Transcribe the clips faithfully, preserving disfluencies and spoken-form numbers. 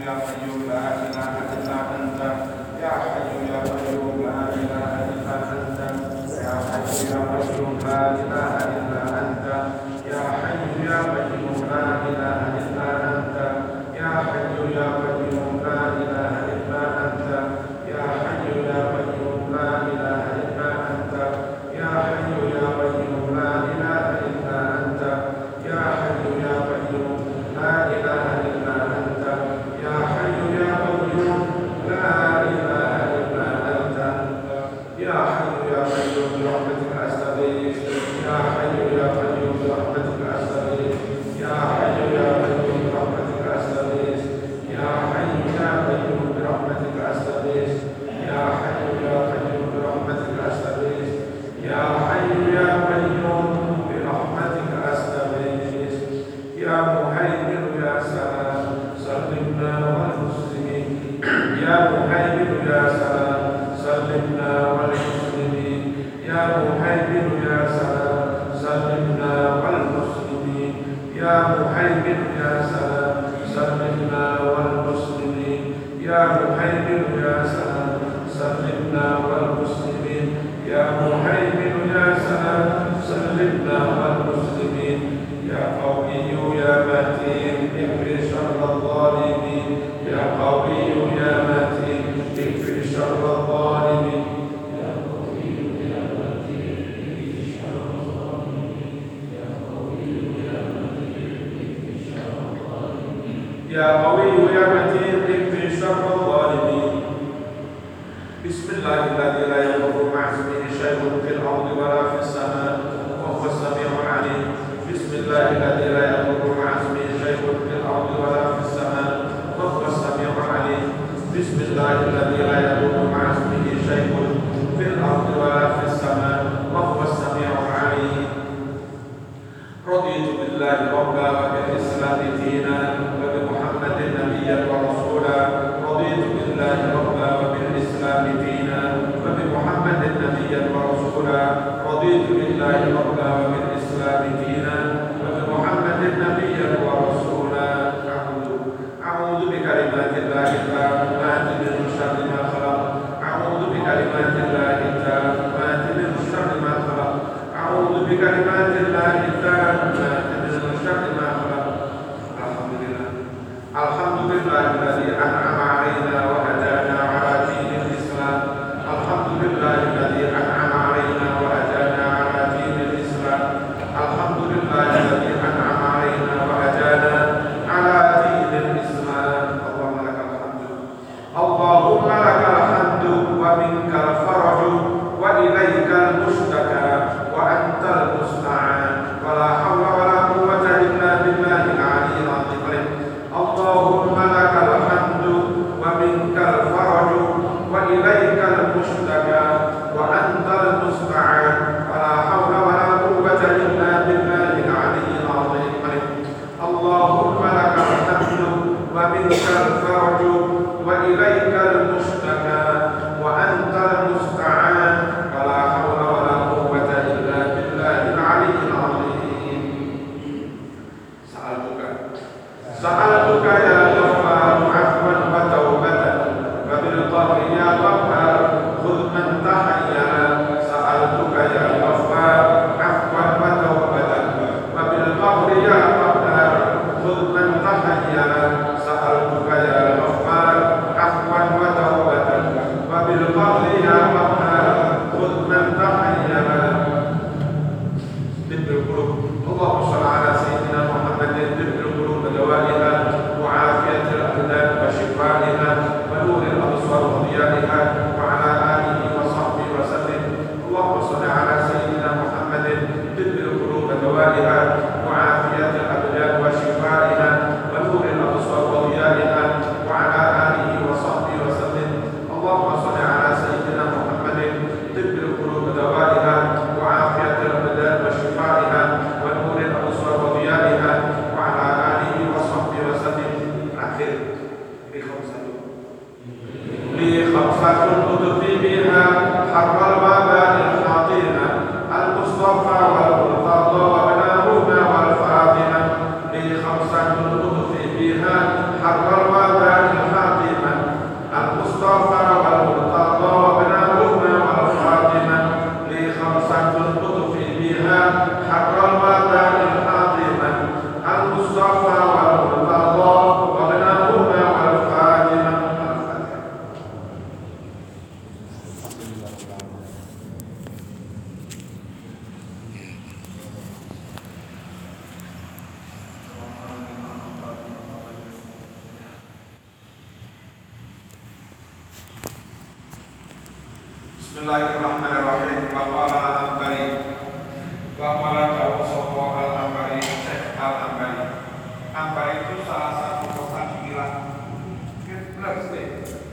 ya qayyum la ilaha illa anta ya hayyu ya qayyum la ilaha illa anta ya hayyu ya qayyum la ilaha illa anta ya hayyu ya qayyum la ilaha illa anta ya hayyu ya qayyum la ilaha illa anta ya hayyu ya qayyum la ilaha illa anta ya hayyu ya qayyum la ilaha illa anta ya hayyu ya qayyum la ilaha illa anta ya hayyu ya qayyum la ilaha illa anta ya hayyu ya qayyum bi rahmatika astaghith ya hayyu ya qayyum bi rahmatika astaghith ya hayyu ya qayyum bi rahmatika astaghith ya hayyu ya qayyum bi rahmatika astaghith ya hayyu ya qayyum bi rahmatika astaghith ya hayyu ya qayyum bi rahmatika astaghith ya muhaimin ya salam sallimna wal muslimin ya muhaimin ya salam sallimna wal muslimin ya muhaimin ya salam sallimna wal muslimin ya muhaimin ya salam sallimna wal muslimin ya muhaimin ya salam sallimna wal muslimin ya muhaimin ya salam sallimna wal muslimin ya qawiyyu ya matin ikfir syarra dhalimin ya qawiyyu ya matin ikfir syarra dhalimin ya qawiyyu ya matin ikfir syarra dhalimin ya qawiyyu ya matin ikfir syarra dhalimin ya qawiyyu ya matin ikfir syarra dhalimin bismillahirrahmanirrahim la yadurru ma'a ismihi syai'un fil ardi wa la fis samaa'i wa huwas samii'ul 'aliim bismillahirrahmanirrahim la yadurru ma'a ismihi syai'un fil ardi wa la fis samaa'i wa huwas samii'ul 'aliim bismillahirrahmanirrahim la yadurru ma'a ismihi syai'un fil ardi wa la fis samaa'i wa huwas samii'ul 'aliim raditu billahi rabban wa bil islami diinan wa bi muhammadin nabiyyan wa rasulan raditu billahi rabban wa bil islami diinan wa bi muhammadin nabiyyan wa rasulan raditu billahi rabban wa bil islami diinan wa bi muhammadin nabiyyan wa rasulan a'udzu a'udzu bi kalimatillahi tammati min syarri ma khalaq a'udzu bi kalimatillahi tammati min syarri ma khalaq a'udzu bi kalimatillahi tammati min syarri ma khalaq alhamdulillah alhamdulillahilladzi an'ama 'alaina wa hadana 'ala dinil islam alhamdulillahilladzi an'ama 'alaina wa hadana 'ala dinil islam alhamdulillahilladzi an'ama 'alaina wa hadana 'ala dinil islam Allahumma lakal hamdu Allahumma lakal hamdu wa minkal faraju wa ilaikal mustaka wa antal musta'an wa la hawla wa la quwwata illa billahil 'aliyyil 'azim Allahumma lakal hamdu wa minkal faraju wa ilaikal mustaka wa antal musta'an wa la hawla wa la quwwata illa billahil 'aliyyil 'azim Allahumma lakal hamdu wa minkal faraju wa ilaikal mustaka wa antal musta'an wa la hawla wa la quwwata illa billahil 'aliyyil 'azim Sa'altuka Sa'altuka ya Ghaffar 'afwan wa taubatan wa bil qahri ya Ghaffar khudh man tahayyara Sa'altuka ya Ghaffar 'afwan wa taubatan wa bil qahri ya Ghaffar khudh man tahayyara Sa'altuka ya Ghaffar 'afwan wa taubatan wa bil qahri ya Ghaffar khudh man tahayyara Tibbil qulub Allahumma shalli ala sayyidina Muhammadin tibbil qulub dawaiha wa afiyatil abdan wa shifaiha wa nuril absar wa diyaiha wa ala alihi wa sahbihi wa sallim Allahumma shalli ala sayyidina Muhammadin tibbil qulub dawaiha wa afiyatil abdan wa shifaiha wa nuril absar wa diyaiha wa ala alihi wa sahbihi wa sallim Allahumma shalli ala sayyidina Muhammadin tibbil qulub dawaiha wa afiyatil abdan wa shifaiha wa nuril absar wa diyaiha wa ala alihi wa sahbihi wa sallim akhir bi khamsatu li khamsatun tudfi biha harral wabal fatina al mustafa wal murtada wa banahuma wal fatina li khamsatun tudfi biha harral wabal Bismillahirrahmanirrahim. Waqala al-Ambari Waqala jauh sopo al-Ambari Syekh al-Ambari. Ambari itu salah satu kota di Irak. Benar sih?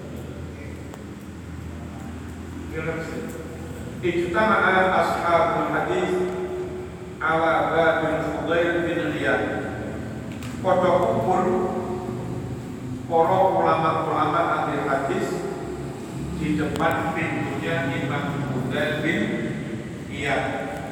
Benar sih? Ijtama'a ashabul hadis ala babil Fudail bin Iyad. Pada kumpul para ulama-ulama ahli hadis di depan pintunya Imam Fudail bin Iyad.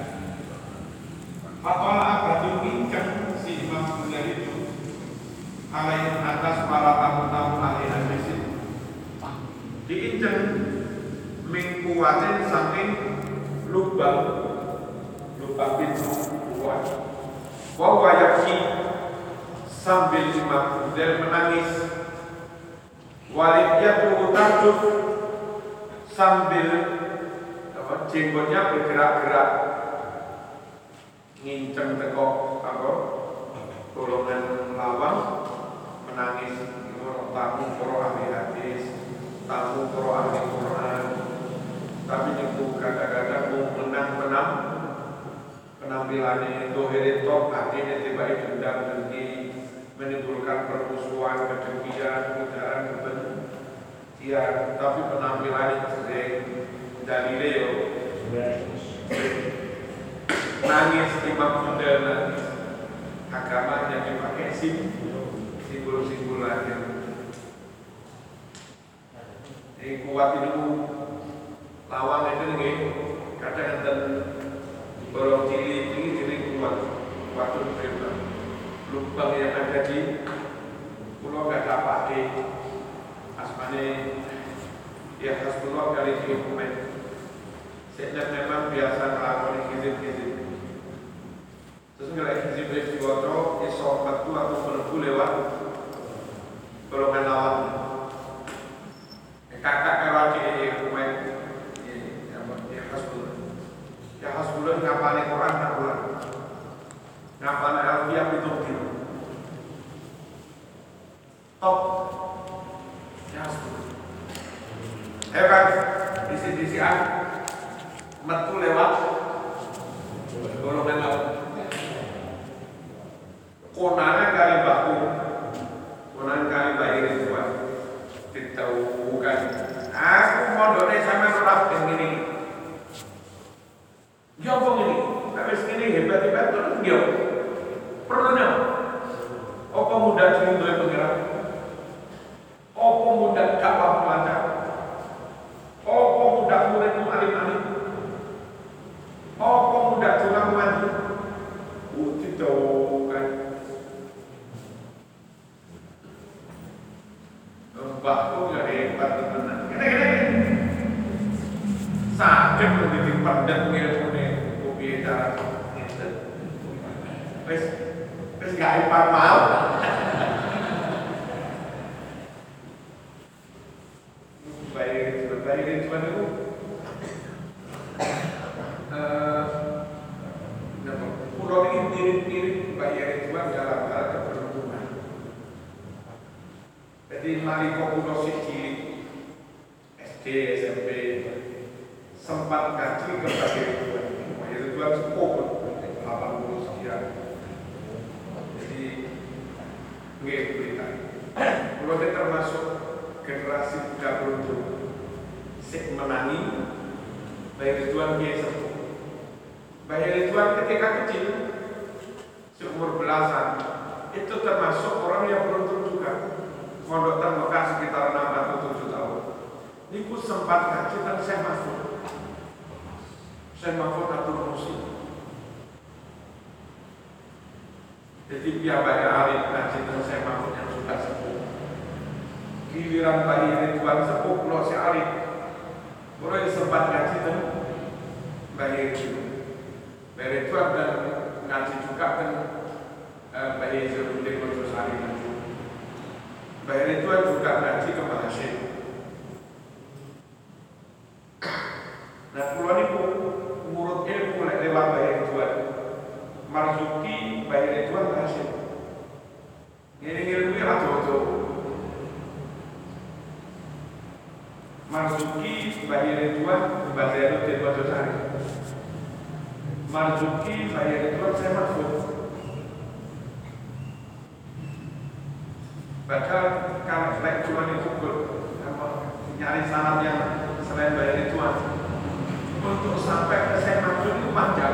Fatola abadu bincang si Imam Fudail itu alaih atas para tamu-tamu ahli hadis itu diincang mengkuatin saking lubang lubang pintu kuat. Wa yaqi sambil Imam Fudail menangis. Walidiyatu tarjuf sambil apa jenggotnya bergerak-gerak nginceng teko apa golongan lawang menangis orang tamu para ahli hadis, tamu para ahli Quran. Tapi niku kadang-kadang mau menang-menang penampilannya dohirin top artinya tiba-tiba dendam dengki menimbulkan permusuhan, kedengkian, ujaran, kebencian. Tapi penampilannya sering dari Leo nangis Imam Fudail nangis. Agamanya dipakai simbol-simbol lagi. Ini kuat itu lawang itu nih kadang dan bolong cili cili cili kuat waktu itu lubang yang ada di pulau gak dapat di asmane ya khas pulau kali di hukumen. Sejak memang biasa melakukan hizib-hizib. Terus ngelak hizib di Woto iso metu atau menebu lewat golongan lawan. Kakak kalau di hukumen ya khas pulau. Ya khas pulau ngapalin Quran tak pulang. Ngapalin Alfiyah itu gitu. Top. Ya khas pulau. Hebat. Disi-disian metu lewat golongan lawan. Konannya kali baku, konan kali bahir itu pak. Ditahu bukan. Aku mau donai sama orang yang ini. Jawab ini, tapi segini hebat-hebat terus dia perlunya. Apa mudah cinta penggerak? Apa mudah dakwah lancar? Apa mudah murid alim-alim? Apa mudah tulang mandi? Oh tidak kan? Mbahku nggak hebat teman. Kena-kena sakit begitu pandang ilmu nih. Cara itu, wes wes gak hebat mau. Baik, baik cuma itu. Pulau ini mirip-mirip bayar cuma dalam hal keberuntungan. Jadi mari kau pulau cilik S D, S M P sempat ngaji ke bayar Tuhan. Tuhan sepuh delapan puluh sekian. Jadi gue berita kalau dia termasuk generasi muda beruntung sik menangi bayar Tuhan dia sepuh. Bayar Tuhan ketika kecil seumur belasan itu termasuk orang yang beruntung juga. Mondok Mekah sekitar enam atau tujuh tahun. Niku sempat ngaji dan saya masuk. Saya Mahfud Abdul Musi. Jadi biar banyak alim ngaji dan saya Mahfud yang sudah sepuh. Giliran bayi Ridwan sepuh kalau si alim, mulai sempat ngaji dan bayi Ridwan. Bayi Ridwan dan ngaji juga kan bayi Zerudin untuk saling ngaji. Bayi Ridwan juga ngaji ke Malaysia. Nah pulau ini urut ilmu mulai lewat Bayi Ridwan. Marzuki Bayi Ridwan Hashim. Ini ilmu yang ada-ada. Marzuki Bayi Ridwan Mbak Zainuddin Mojosari. Marzuki Bayi Ridwan saya Mahfud. Padahal kalau selain cuma dipukul, nyari sanad yang selain Bayi Ridwan untuk sampai ke saya Mahfud itu panjang.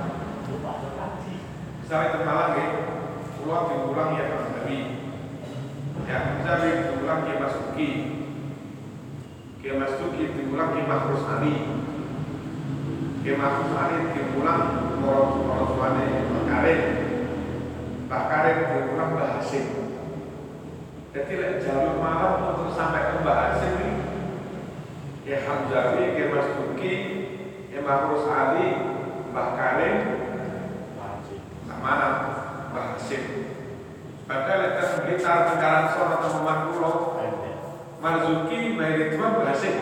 Misalnya termalang ya, pulau diulang ya Mas Nabi, ya misalnya diulang ya Mas Uki, ya Mas Uki diulang ya Mas Rusali, ya Mas Rusali diulang Morot Tuane Mbak Karin, Mbak Karin diulang Mbak Hasim. Jadi jalur malam untuk sampai ke Mbak Hasim ini, ya Hamzawi, ya Mas Uki, ya Mas Rusali, Mbak Karin, mana Mbah Hasim. Padahal kita Blitar, Tenggaran Son atau Peman Pulau Marzuki, Bayi Ridwan, Mbah Hasim.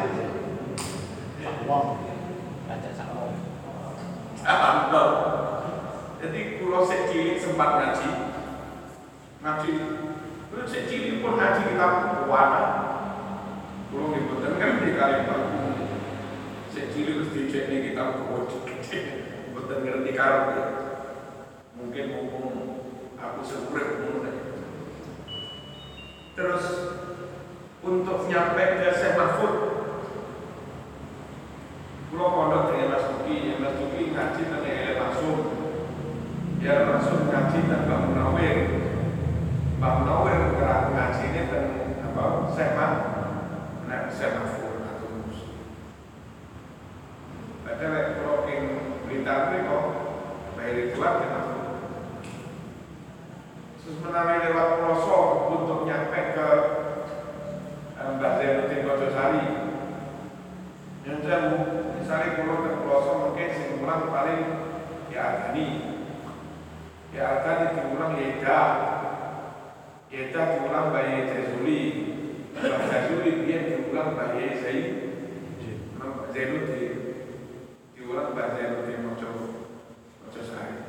Alhamdulillah. Jadi pulau Secili sempat ngaji, ngaji. Pulau Secili pun ngaji kita warna. Pulau Liputan kan di Kalimantan. Secili terus dicek nih kita buat buatan ngerti karut. Mungkin mumpung aku sekurang mulai. Terus untuk nyampe ke Syekh Mahfud, pulau pondok dengan Mas Duki, Mas Duki ngaji dan yang langsung, ya langsung ngaji dan Mbak Munawir, Mbak Munawir gerak ngaji ini dan apa Syekh Mahfud, nah Syekh Mahfud atau mus. Padahal pulau yang Blitar ini kok Bayi Ridwan kita. Terus menamai lewat pelosok untuk nyampe ke Mbak Zainuddin Mojosari. Yang jauh, misalnya pulau ke pelosok mungkin singulang paling ya Ardani. Ya Ardani diulang Yeda. Yeda diulang Bayi Jazuli. Mbak Jazuli dia diulang Bayi Zainuddin. Diulang Mbak Zainuddin Mojosari.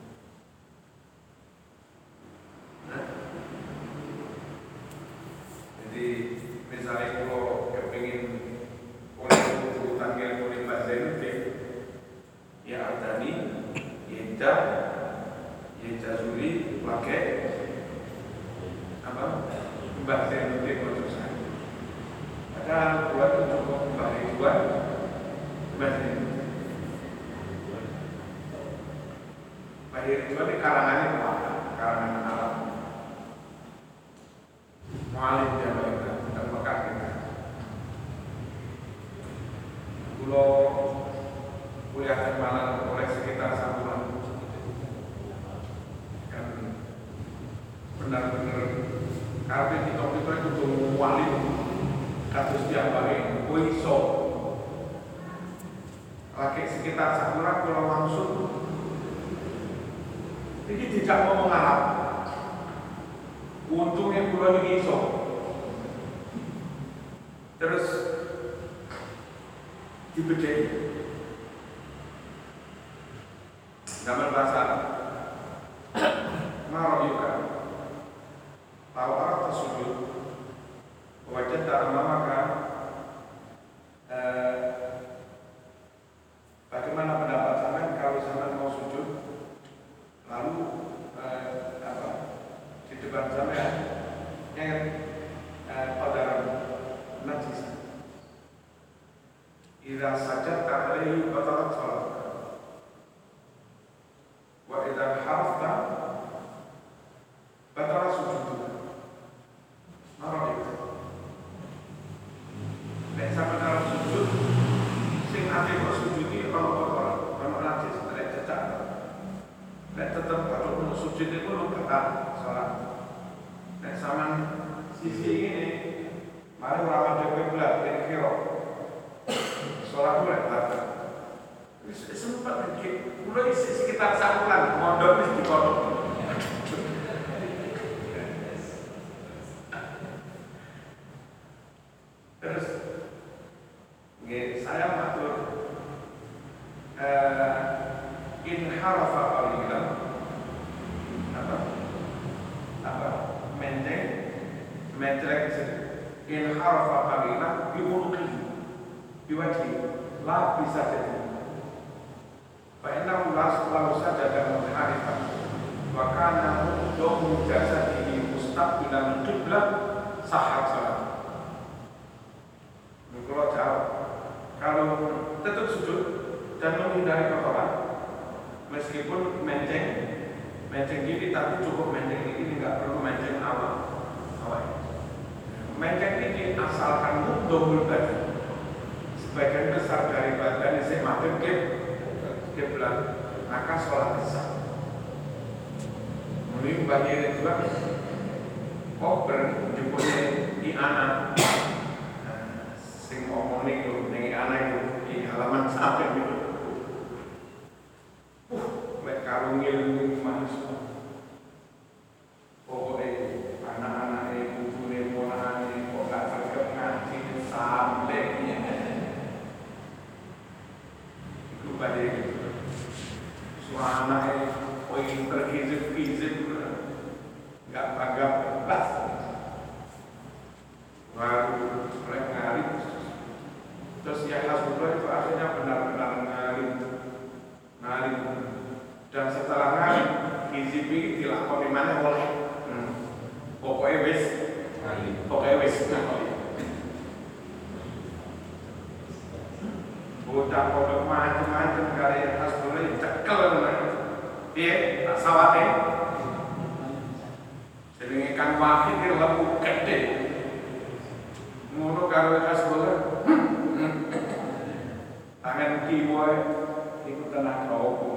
Jadi misalnya kalau kepingin oleh urutan yang boleh Mbak Zainuddin, ya Ardani, Yeda, Yeda Zuli, pakai apa? Mbak Zainuddin Mojosari. Padahal buat untuk Mbak Ridwan, Mbak Zainuddin. Mbak Ridwan ini karangannya apa? Karangan Arab. Mu'alim Jamalika dan Mekah kita. Pulau kuliah termalang oleh sekitar satu bulan. Kan benar-benar karena di top itu itu tuh wali kasus diambil kuiso. Laki sekitar satu bulan pulau langsung. Jadi tidak mau mengarap. Untungnya pulau ini iso. Terus dibedai. Gambar bahasa Marok juga. Tahu Arab tersujud. Wajah tak maka eh, bagaimana pendapat sampean kalau sampean mau sujud lalu eh, apa di depan sampean yang eh, pada najis. Idza sajadta alaihi batalat salat. Wa idza harafta batalat sujud. Marah itu. Nek sampeyan dalam sujud sing ate kok sujud iki ana kotor, ana najis, nek cecak. Nek tetep kalau sujud itu lu batal salat. Nek sampean sisi ini mari ora ada kiblat ben kira. Salat mulai batal. Wis sempat iki mulai sekitar sakulan mondok wis dikodok. Terus nggih saya matur eh in harafa qalilan apa apa menteng mentrek in harafa qalilan bi unuqi biwajib la bisa jadi fa'inna ulas lalu saja dan mengharifkan wa kana domu jasadihi mustaqbilan qiblah sahat salat. Kalau jawab, kalau tetap sujud dan menghindari kotoran meskipun menceng menceng gini tapi cukup menceng ini, nggak perlu menceng awal awal menceng ini asalkan mudhul badan, sebagian besar dari badan isi madhep ke kiblat, maka sholat sah. Mulai bagian itu koper jemputnya di anak sing ngomong nih lu nengi anak itu di halaman sampai gitu. Uh, mek karungil manusia. Pokoknya anak-anak itu punya monane kok gak terkep ngaji sampai itu pada gitu. Suanaknya poin terkizip-kizip gak tanggap pas. Baru mereka ngalim. Terus yang Hasbullah itu akhirnya benar-benar ngalim ngalim dan setelah ngalim hizib ini dilakoni mana oleh hmm. pokoknya wis ngalim pokoknya wis ngalim bocah pondok macam-macam karya Hasbullah cekel iya tak sawatnya jadi ikan wakil ini lembu gede ngono karo Hasbullah tangan kiwa itu tenang kau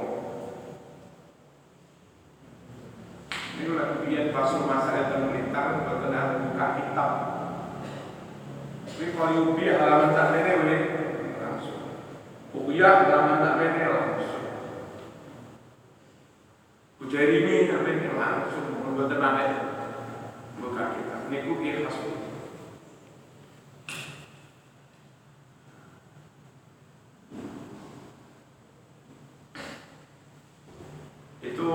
ini lagi biar pasur masalah penelitian berkenaan buka kitab ini kalau yubi halaman tak bene boleh langsung bukuya halaman tak bene langsung ujari ini tak bene langsung membuat tenang buka kitab ini kuki Hasbullah. Itu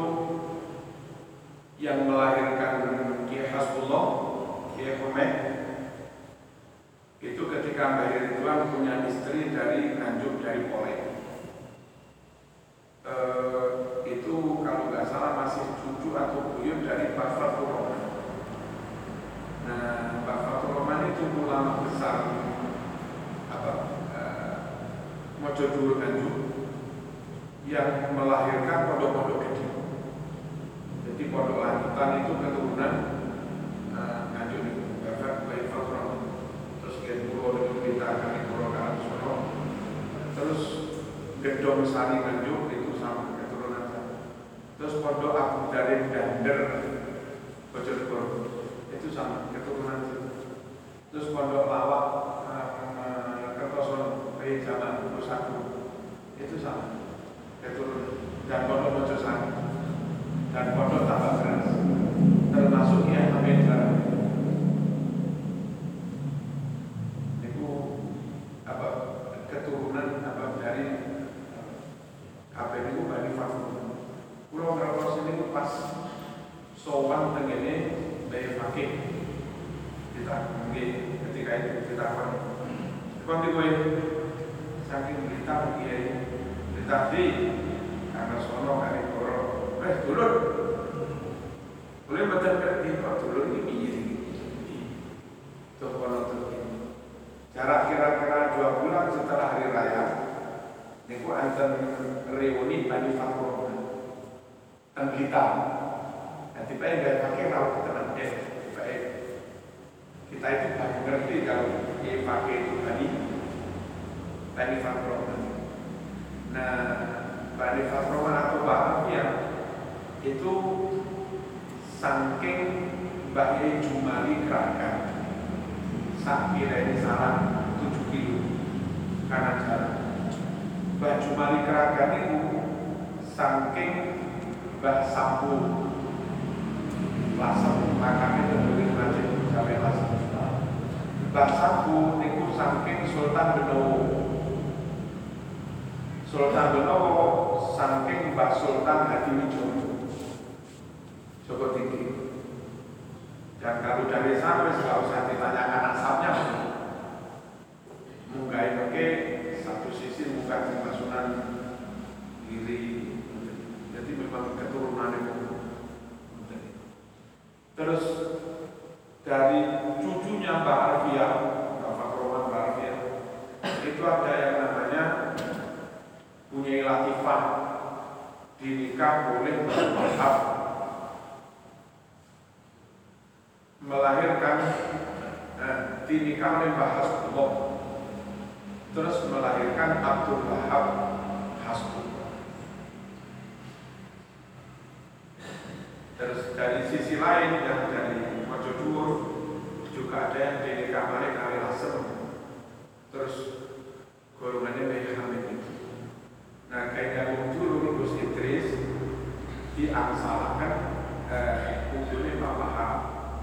yang melahirkan Kiai Hasbullah, Kiai Khomein. Itu ketika Mbah Ridwan punya istri dari Nganjuk dari Polek. E, itu kalau nggak salah masih cucu atau buyut dari Pak Fathur Rahman. Nah, Pak Fathur Rahman itu ulama besar apa? E, Mojodul Nganjuk yang melahirkan pondok-pondok kecil. Jadi pondok lanjutan itu keturunan Nganjuk itu, Bapak Bayi Fathur. Terus Gen Pulau itu kita kali Pulau Karangsono. Terus Gedong Sari Nganjuk itu sama keturunan saya. Terus pondok Abu Dharin Dander Bojonegoro itu sama keturunan saya. Terus pondok Lawak Kertosono Bayi Jaman Pusatu itu sama keturunan dan pondok Mojosari dan pondok Tambak Beras termasuk yang Amendra itu apa keturunan apa dari K P N U Bani Fathur. Pulau Ngertos ini pas sowan tengene Bayi Fakih kita mungkin ketika itu kita akan konti gue saking berita kiai berita di karena sono kali koro eh dulur boleh baca kerti pak dulur ini biaya tuh kono tuh jarak kira-kira dua bulan setelah hari raya niku anten reuni Bani Fathur dan kita nanti pak yang pakai rawat tenang eh baik kita itu baru ngerti kalau yang pakai itu Bani Bani Fathur. Nah Bani Fathur atau Bahafiyah itu saking Mbah Yai Jumali Kragan sak kira ini salah tujuh kilo kanan jalan. Mbah Jumali Kragan itu saking Mbah Sambu Lasem makamnya tertulis masjid sampai Lasem. Mbah Sambu itu saking Sultan Benowo. Sultan Benowo saking Mbah Sultan Hadiwijoyo Joko Tinggi. Dan kalau dari sana nggak usah ditanyakan asapnya, mungkin oke Arabia, lafaz Roman Arabia, itu ada yang namanya punya latifah, dinikah boleh berwahab, melahirkan eh, dinikah oleh bahas Allah, terus melahirkan Abdul Wahab Hasbullah. Terus dari sisi lain yang dari Mojodur juga ada yang dinikah oleh kali Lasem, terus golongannya Mbah Hamid. Nah, kaidah Mojodur Gus Idris diangsalakan eh, ujungnya Pak Wahab.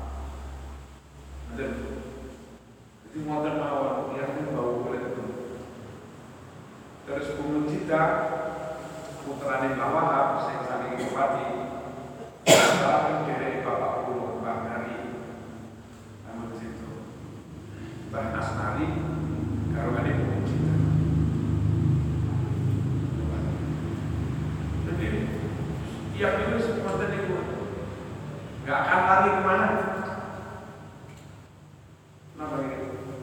Jadi modern awal yang ini bau boleh itu. Terus Bung Cita putrane Pak Wahab sing saling bupati salah dari Bapak Guru Bang Hari namun situ Bang Asnari karungane Bung Cita. Jadi tiap itu semuanya itu nggak akan lari kemana. Kenapa gitu?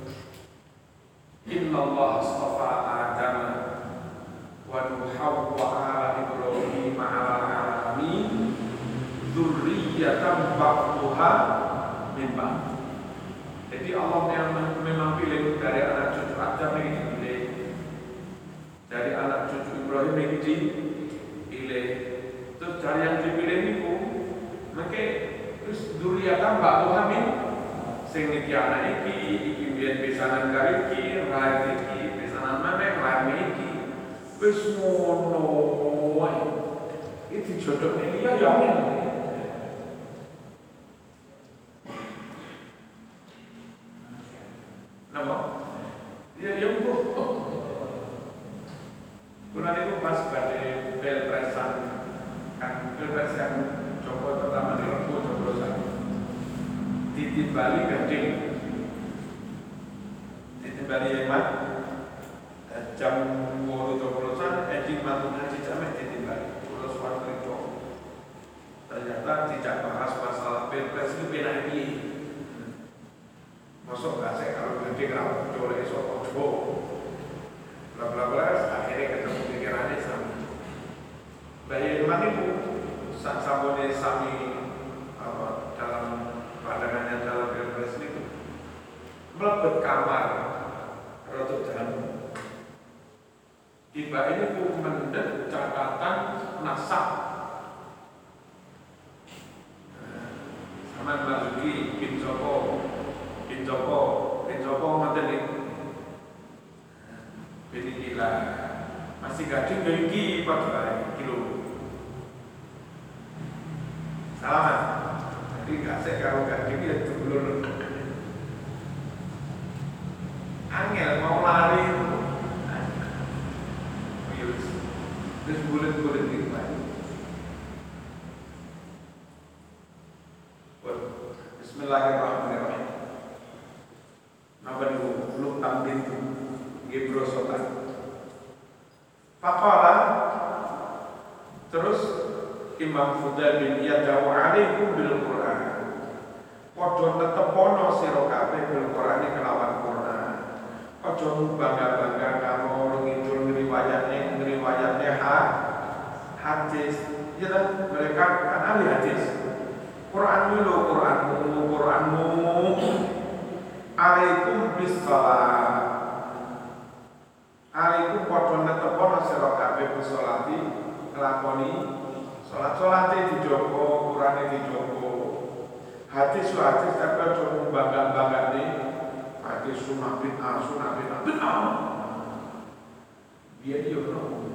Inna Allah astafa Adam wa Nuha wa ala Ibrahim ala alamin dzurriyyatan ba'dhuha min ba'd. Jadi Allah yang memang pilih dari anak cucu Adam ini dipilih, dari anak cucu Ibrahim ini dipilih, terus dari yang dipilih itu maka terus dzurriyyatan ba'dhuha min sing iki anak iki, iki biyen pisanan karo iki, lair iki, pisanan maneh lair iki. Wis ngono wae. Iki jodohne liya ya ngene. Napa? Ya ya Bu. Kula niku pas badhe pilpresan kan pilpres yang Joko pertama di Rebo Joglosan. Ditimbali gading, ditimbali hemat jam wolu Joglosan, eding mantu ngaji jamek ditimbali. Terus warga itu ternyata tidak bahas masalah pilpres itu penak piye. Masuk gak saya kalau gading rawat colek esok ojo, bla bla bla. Akhirnya ketemu pikirannya sama. Bayi hemat itu saat sabone sami apa dalam pandangannya dalam pilpres itu melebet kamar rotok jamu tiba ini ku mendet catatan nasab sama Marzuki bin Joko bin Joko bin Joko ngoten iki bin gila masih gading iki padha kilo salaman. Jadi gak saya kalau gak gini ya dulur angel mau lari virus terus bulet-bulet gitu Pak. Bismillahirrahmanirrahim. Napa niku belum tampil gebrosotan Faqala terus Imam Fudail bin Iyad alaikum bil Quran. Padha netepono sira kabeh bil Quran kelawan Quran. Aja bangga-bangga karo ngidul ngriwayatne ngriwayatne ha hadis. Ya kan mereka kan ahli hadis. Quran dulu Quranmu Quranmu alaikum bis salat. Alaikum padha netepono sira kabeh bis salati nglakoni sholat-sholatnya dijogo, Qurannya dijogo. Hadis hadis tapi cuma bangga-bangga nih. Hadis sunnah bid'ah, sunnah bid'ah, bid'ah. Dia dia no.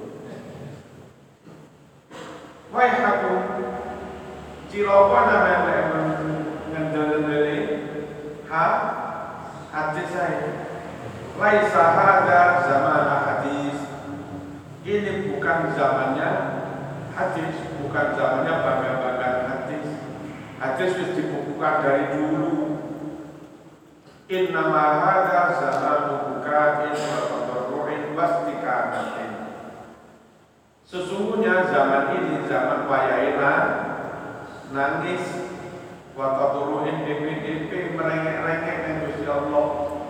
Wah aku ciloko namanya ngendel-ngendeli ha hadis saya. Laisa hada zaman hadis. Ini bukan zamannya hadis, bukan zamannya bangga-bangga hadis. Hadis harus dibukukan dari dulu. Innama hadza zamanu bukain wa tadarru'in wastikanatin. Sesungguhnya zaman ini zaman wayaina nangis wa tadarru'in D P D P merengek-rengek dengan Gusti Allah.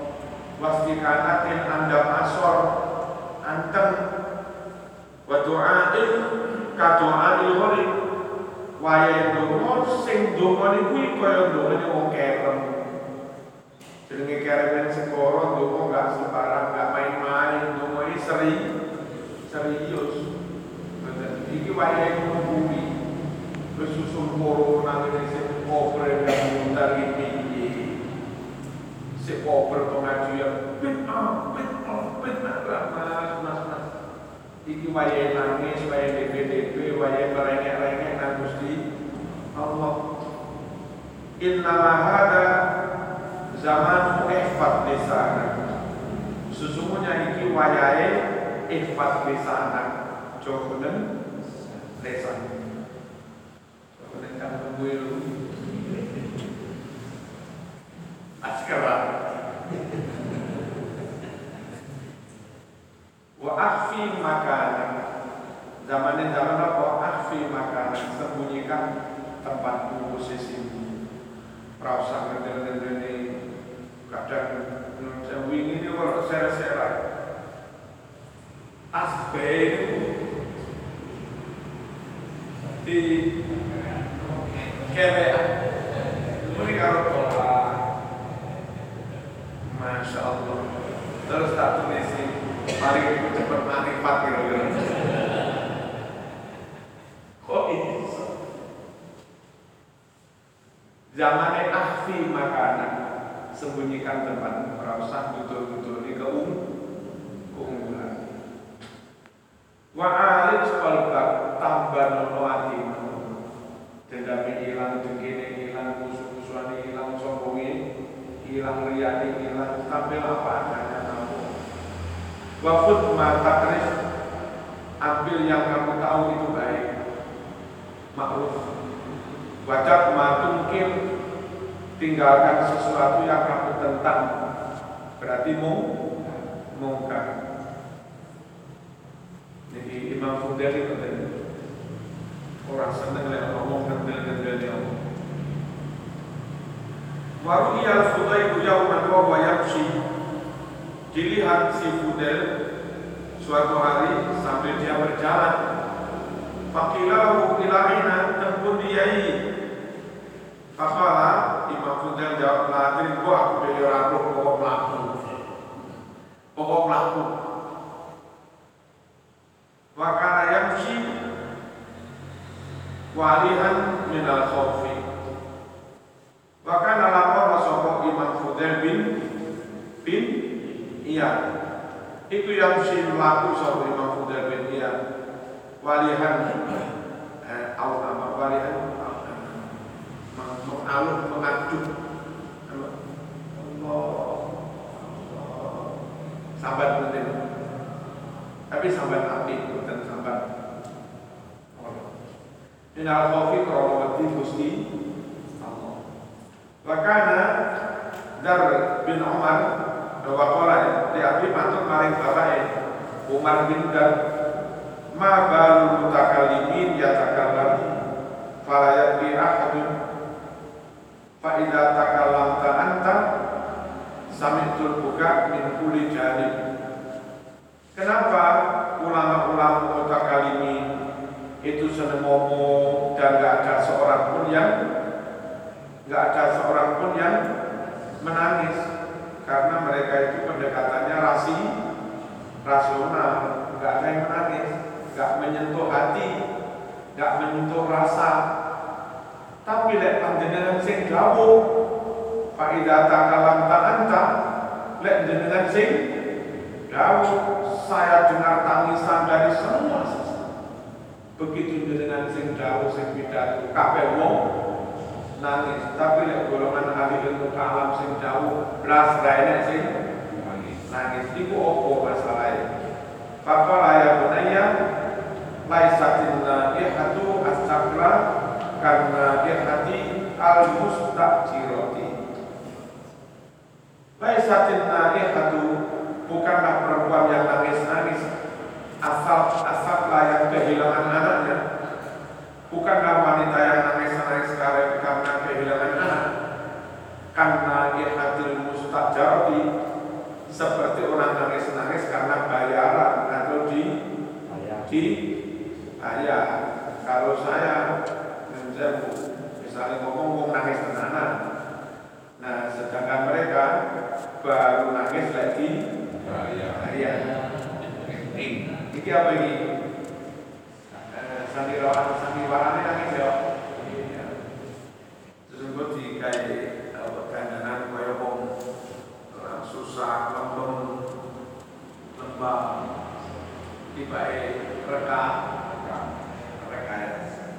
wastikanatin andam asor anteng wa doain ka doail gharib wayahe donga sing donga niku kaya dongane wong kerem jenenge kerem segoro donga gak sembarang gak main-main donga iki seri serius iki wayahe kuwi wis susun corona ngene sing oper yang mutar iki si oper pengajian pit ah pit ah pit mas mas mas iki wayahe nangis wayahe D P D P wayahe merengek-rengek nang Gusti Allah inna hada zaman ihfad lisana sesungguhnya iki wayahe ihfad lisana jokonen lesan jokonen kan tungguil askara wa akhfi makanan zamannya zaman apa akhfi makanan sembunyikan tempatmu posisimu rasa ngedel-ngedel kadang wingi ini kalau seret-seret asbe di kewean ini karo tolak Masya Allah terus tak tulisi mari kita cepat manifat kira-kira kok ini zamannya akhfi makanan sembunyikan tempat merasa betul-betul ini keung keunggulan wa alij qalbak tambah nono atimu dendam hilang dengkine hilang musuh-musuhan hilang sombongi hilang riyani hilang tampil apa adanya kamu wafud matakrif ambil yang kamu tahu itu baik ma'ruf wajab matungkir tinggalkan sesuatu yang kamu tentang berarti mau mungkar jadi Imam Fudail itu tadi orang senang lihat ngomong gendel-gendel dia waru iyal Fudail yauman wa huwa yamshi dilihat si Fudail suatu hari sambil dia berjalan faqilahu ila aina tempun diyai faqala Imam Fudail jawab ladri gua aku dari rapuh pokok melaku pokok melaku wakana yamshi walihan minal khawfi wakana lapor sapa Imam Fudail bin bin iya itu yamshi melaku sapa Imam Fudail bin iya walihan eh au nama walihan mengalun mengajuk Allah sahabat penting tapi sahabat api bukan sahabat ini al-khawfi kronologi Gusti Allah wakana Dar bin Umar wakola di api matur maring bapak Umar bin Dar ma balu mutakallimin yatakallam fala yaqi ahadun fa idza takallamta anta sami'tul buka min kulli janib. Kenapa ulama-ulama mutakallimin itu senang ngomong dan enggak ada seorang pun yang enggak ada seorang pun yang menangis karena mereka itu pendekatannya rasi rasional, enggak ada yang menangis, enggak menyentuh hati, enggak menyentuh rasa. Tapi lek panjenengan sing dawuh fa idza takalamta anta lek jenengan sing dawuh saya dengar tangisan dari semua sisi. Begitu jenengan sing dawuh sing pidato kabeh wong nangis, tapi lek golongan ahli ilmu kalam sing dawuh blas ra enek sing nangis. Iku opo masalahe? Faqala ya bunayya laisatin ihatu astaqra karena ihati al-mustajirati. Laisatin ihatu bukanlah perempuan yang nangis-nangis asal-asal yang kehilangan anaknya. Bukanlah wanita yang nangis-nangis karena kehilangan anak. Karena ihatil mustajarati seperti orang nangis-nangis karena bayaran atau di di ayah. Kalau saya misalnya ngomong ngomong nangis tenanan, nah sedangkan mereka baru nangis lagi bayar. Ini apa ini? Sandiwara sandiwara ini nangis ya. Sesungguh di kayak kandanan kaya wong susah lembem lembab tiba-tiba reka reka ya.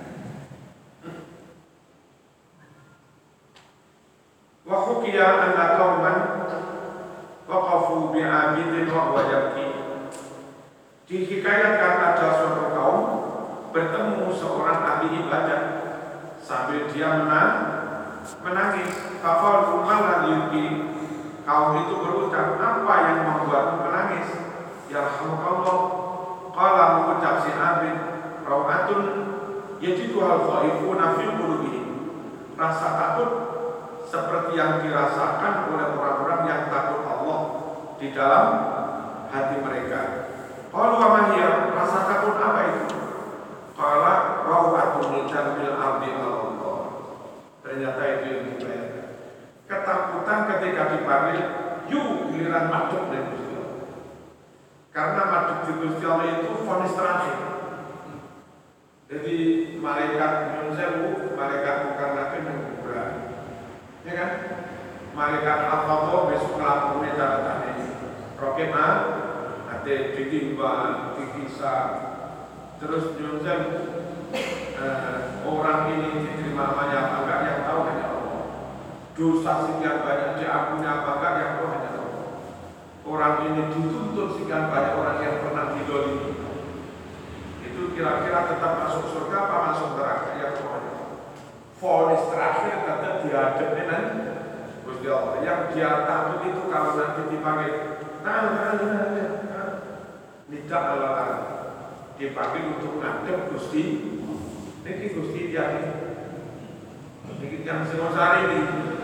Wa hukiya anna qauman waqafu bi'abidin wa huwa yabki. Dihikayatkan ada suatu kaum bertemu seorang ahli ibadah sambil dia menang, menangis. Faqalu ma ladzi yubki. Kaum itu berucap, apa yang membuatmu menangis? Yarhamukallah. Qala mengucap si abid, rawatun yajiduhal khaifuna fil qulubihim. Rasa takut seperti yang dirasakan oleh orang-orang yang takut Allah di dalam hati mereka. Qalu wa ma hiya? Rasa takut apa itu? Qala rawatun min bil ardi Allah. Ternyata itu yang dibayar. Ketakutan ketika dipanggil, yuk giliran madhep dari Gusti Allah. Karena madhep di Gusti Allah itu vonis terakhir. Jadi malaikat nyuwun sewu, malaikat mukarrabin yang kubra. Ya kan? Malaikat al-Qadha besok nglakoni tanda-tanda rokema ate ditimba, dikisah. Terus nyuwun sewu eh, orang ini diterima amalnya apa enggak yang tahu hanya Allah. Dosa sekian banyak diampuni apa enggak yang tahu hanya Allah. Orang ini dituntut sekian banyak orang yang pernah didolimi. Itu kira-kira tetap masuk surga apa masuk neraka yang tahu hanya Allah. Vonis terakhir tetap dihadapi dengan Gusti Allah. Yang dia takut itu kalau nanti dipanggil, nah, nah, nah, nah, tidak Allah dipanggil untuk ngadep Gusti. Ini Gusti dia ini. Ini yang Singosari ini.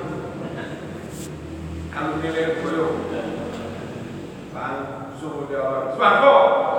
Kalau nilai koyo langsung dia Swargo.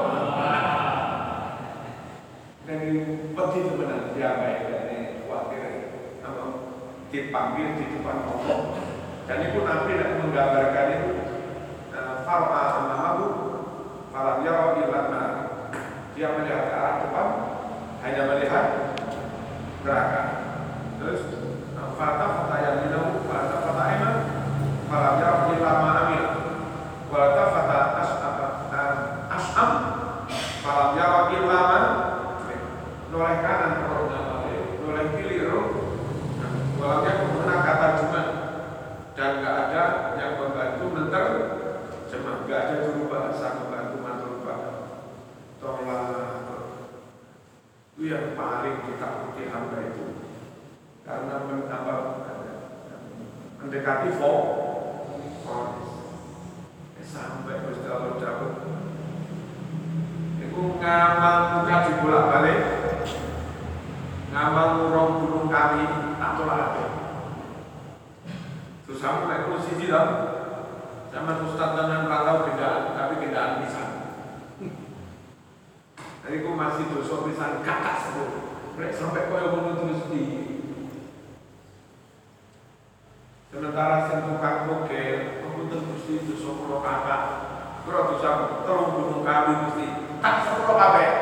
Dan peti sebenarnya dia baik dari khawatir apa dipanggil di depan Allah. Dan itu nanti menggambarkan itu far'a amamahu falam yara illa nar. Dia melihat ke arah depan hanya melihat neraka. Terus fata fata yang minum fata fata enak malam jawab illa ma'amil wala fata as'am malam jawab illa man noleh kanan noleh kiri walamnya menggunakan kata cuma dan gak ada yang membantu menter cuma gak ada juru bahasa membantu mantul bahasa tolak itu yang paling ditakuti hamba itu karena menambah mendekati vonis sampai Gusti Allah cabut itu ngamal muka dibolak balik ngamal ngurung gunung kami tak tolak ada terus kamu naik kursi siji dong sama Ustaz dan Rantau gendaan tapi gendaan pisan jadi aku masih dosa pisan kakak sebut sampai kau yang menuntut di sementara sing tukang moge mengkutuk Gusti itu sepuluh kakak kalau bisa tolong gunung kami Gusti tak sepuluh kabeh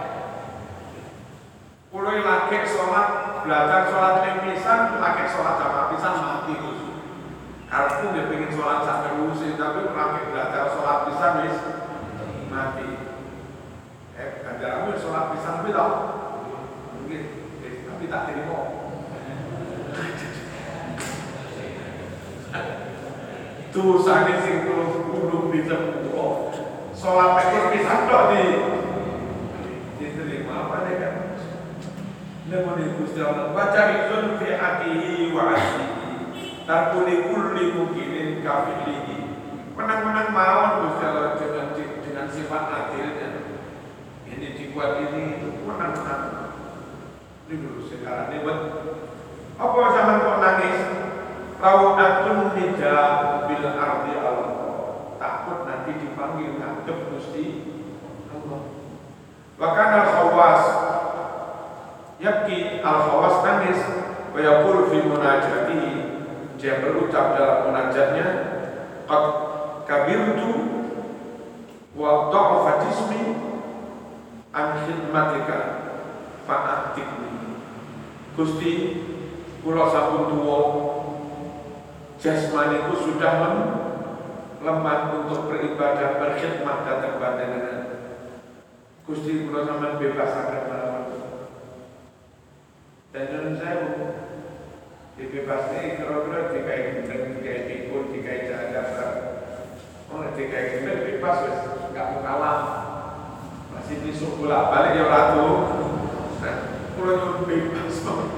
pulau laki sholat belajar sholat pisan laki sholat jamaah pisan mati Gusti karena dia pengen sholat sampai lulus tapi laki belajar sholat pisan wis mati eh kanjaramu sholat pisan bilang mungkin tapi tak terima dosa ini sing belum ditempuh sholat ekor pisan kok di diterima apa nih kan namun Gusti Allah baca izun fi hatihi wa aslihi tarkuni kulli mukinin kafilihi menang-menang mawon Gusti Allah dengan dengan sifat adilnya ini dibuat ini itu menang-menang ini dulu sekarang ini buat apa zaman kok nangis rawatun nida bil ardi Allah takut Bahkan al-Khawas yabki, al-Khawas nangis, wa yaqul fi munajatihi, dia berucap dalam munajatnya, qad kabirtu wa dha'afa jismi an khidmatika fa'atikni. Gusti, kula sampun tuwa, jasmaniku sudah lemah untuk beribadah, berkhidmat datang panjenengan. Gusti, kula sampeyan bebasaken mawon. Dan nyuwun sewu, dibebasne kira-kira dikai gendeng, dikai pikul, dikai jadar. Oh, dikai gendeng bebas wis, enggak mau kalah. Masih besok bolak balik ya ratu. Nah, kula nyuwun bebas.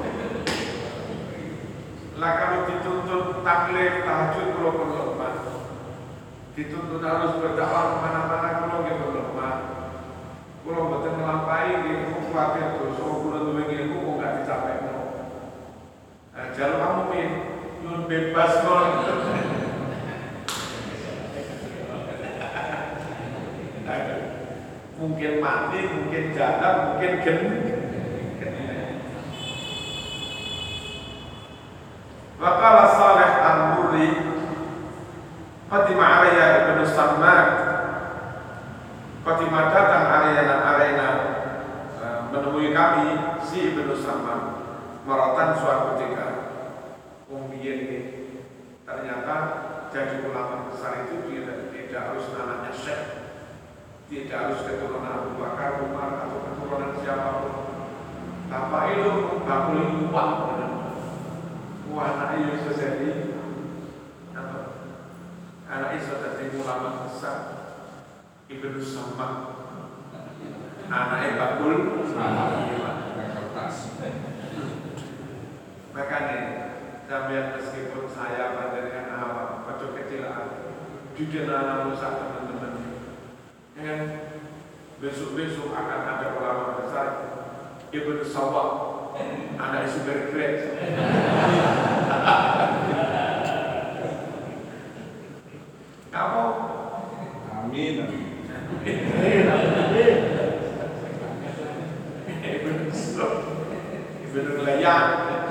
Lah kalau dituntut taklif, tahajud, kula pun lemah. Dituntut harus berdakwah kemana-mana, kula nggih lemah. Kula mboten nglampahi nggih kuwatir dosa kula duwe ilmu kok gak dicapekno. Nah, jalur kamu piye? Nyuwun bebas kok. Mungkin mati, mungkin jatuh, mungkin gen. Waqala Salih al-Murri, Fatimah alaiya ibnu Sammak, Fatimah datang alaina alaina menemui kami si ibnu Sammak, maratan suatu ketika. Kemudian ternyata jadi ulama besar itu tidak, tidak harus anaknya syekh, tidak harus keturunan Abu Bakar, Umar atau keturunan siapapun. Tanpa itu bakul uang. Wah, anak itu bisa jadi apa? Anak itu jadi ulama besar, ibnu Sammak. Anaknya bakul kertas. Makanya sampai meskipun saya panjenengan awam, kecil kecilan, jujur anak musa teman-teman, ya, besok-besok akan ada ulama besar, ibnu Sammak, anak super great. Kamu? Amin. Ibnu Layan,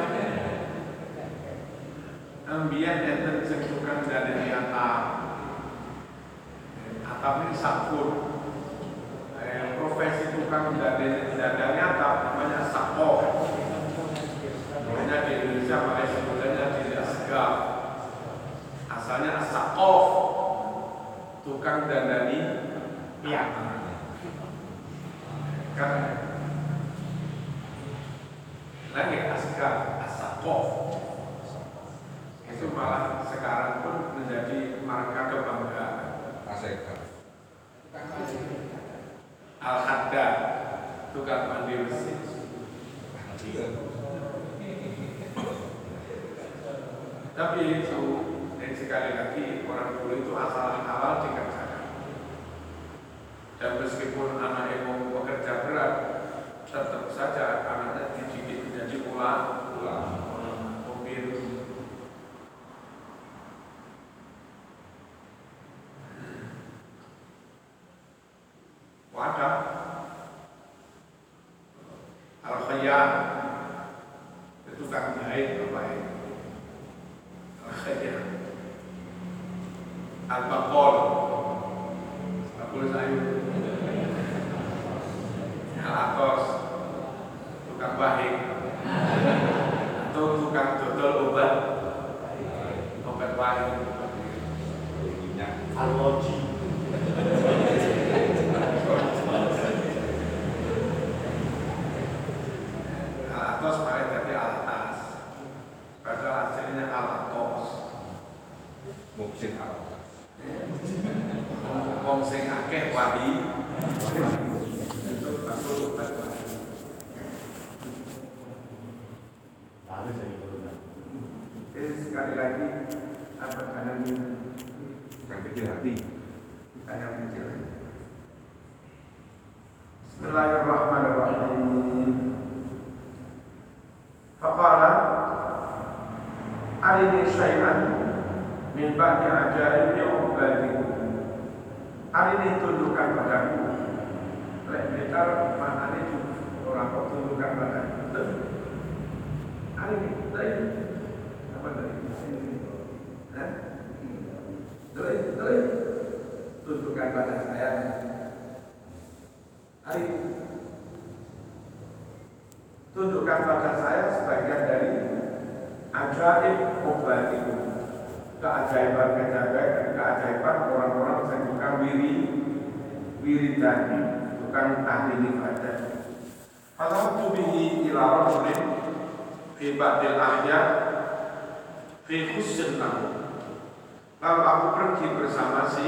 ambian enten sing tukang dari atap, atap ini sakur. Profesi tukang dari dari atap namanya sakoh. Hanya di Indonesia pakai sebutannya tidak segaf. Asalnya sakoh, tukang dandani piak. Kan lagi asgaf, asakoh. Itu malah sekarang pun menjadi marka kebanggaan. Asgaf. Al-Haddad, tukang mandi mesin. Tapi itu, dan sekali lagi orang dulu itu asal halal dikerjakan. Dan meskipun anak yang mau bekerja berat, tetap saja anaknya dididik menjadi ulama. Mobil. Wadah. Al-Khayyam, itu tukang jahit baik. Al-Khayyam, Al-Baqol, Bakul sayur, Al-Atos, tukang bahik, atau tukang dodol obat, obat bahik, Al-Loji. Al-Atos pakai tadi Al-Atas, padahal hasilnya Al-Atos. Mungkin Al-Atas. Wong sing akeh wali. Itu bakul obat bahik. Jadi sekali lagi apa kanan bukan kecil hati, kanan kecil. Bismillahirrahmanirrahim. Faqala arini syai'an min ba'di ajaibi ubadikum. Arini tunjukkan padaku Lek Blitar maknanya orang kok tunjukkan badan. Hari ini, tadi apa tadi? Hah? Tadi, tadi tunjukkan badan saya. Hari tunjukkan badan saya sebagian dari ajaib obat itu, keajaiban-keajaiban, keajaiban orang-orang yang bukan wiri, wiridan, bukan ahli ibadah. Fatawatu bihi ila rajulin fi ba'dil ahya fi khussin lahu. Lalu aku pergi bersama si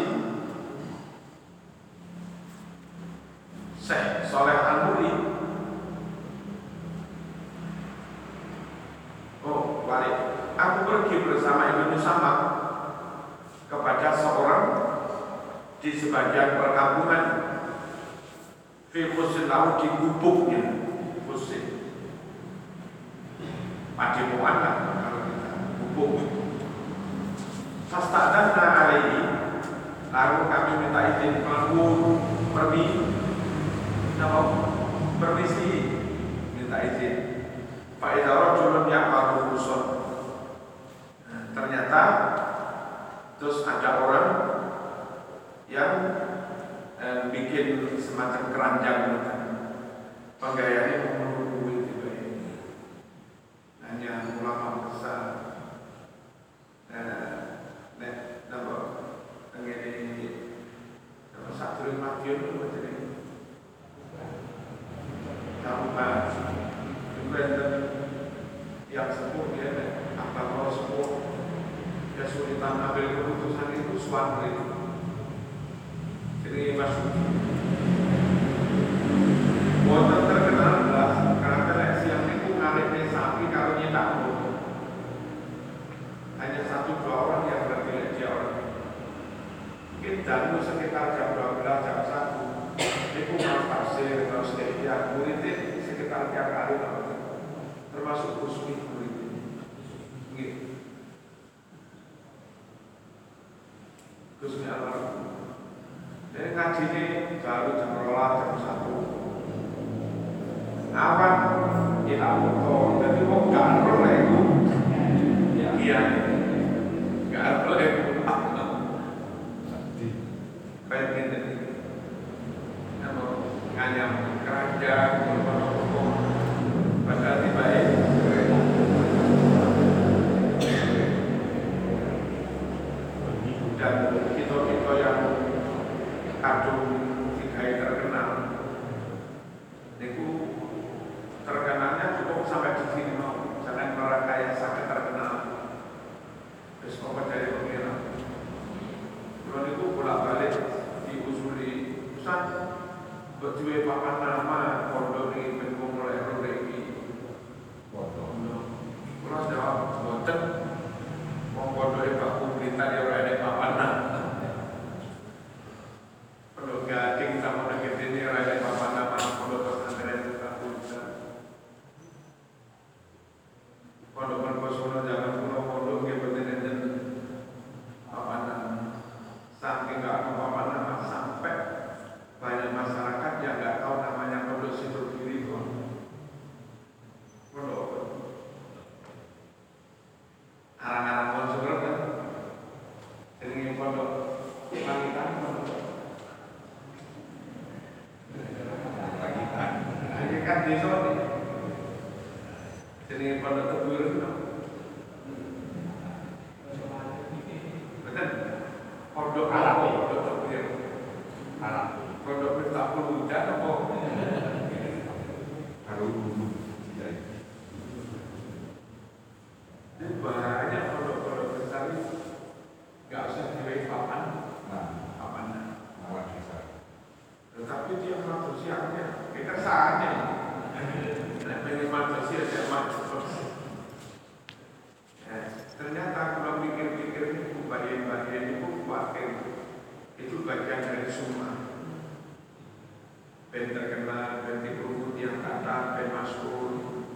Syekh Soleh An-Nuri. Oh, balik. Aku pergi bersama Ibnu Samad kepada seorang di sebagian perkampungan fi khussin lahu, di gubuknya khussin. Padepokan lah kalau kita gubuk. Fasta'danna alaihi, lalu kami minta izin pelaku pergi, permisi, minta izin. Fa idza rajulun ya'malu rusul. Ternyata terus ada orang yang eh, bikin semacam keranjang, penggayanya menunggu itu ini. Hanya ulama besar. Eh, nek napa ngene napa Sadrul Madiun itu jenenge. Tambah juga yang sepuh dia apa kalau sepuh kesulitan ambil keputusan itu suatu itu. Jadi masuk wonten terkenal adalah karena siang itu ngarik sapi kalau nyetak motor. Hanya satu dua orang yang berarti dia orang. Mungkin dulu sekitar jam dua belas jam satu itu mau tafsir terus dia muridnya sekitar tiap kali termasuk Kusmi muridnya. Gitu. Kusmi almarhum. Jadi ngaji ini baru jam rola jam satu. Awan kita foto, jadi mau gak rola itu, iya, gak rola itu. Kayak gini, nama nganyam kerajaan, ngomong, padahal tiba ini. Dan kita-kita yang kadung dikai terkenal, itu terkenalnya cukup sampai di sini mau, jangan orang kaya sangat terkenal. Terus apa dari pengira? Kalau itu bolak-balik diusuli pusat, berjual papan nama pondok ini bentuk mulai mulai ini. Kalau jawab boten, mau pondok ini baku berita dia orang ada papan nama. Pondok gading sama negeri ini orang ada papan nama pondok pesantren juga bisa. Pondok Merkosono jangan pulau pondok yang betul-betul papan nama. Saking nggak ada papan nama sampai banyak masyarakat yang nggak tahu namanya pondok Sidur Kiri itu. Pondok arang-arang konsuler kan, jadi pondok langitan, pondok langitan, ini kan desa nih, jadi pondok Teguir itu, betul, pondok Arab, pondok Teguir, Arab, pondok Miftahul Huda apa? Baru ini banyak pondok-pondok besar ini nggak usah diwai papan, papan awal besar. Tetapi dia manusianya, kita saatnya, dan pengen manusia dia manusia. Ternyata kalau pikir-pikir itu bagian-bagian itu khawatir, itu bagian dari semua. Ben terkenal, ben dikurut yang kata, ben masyhur.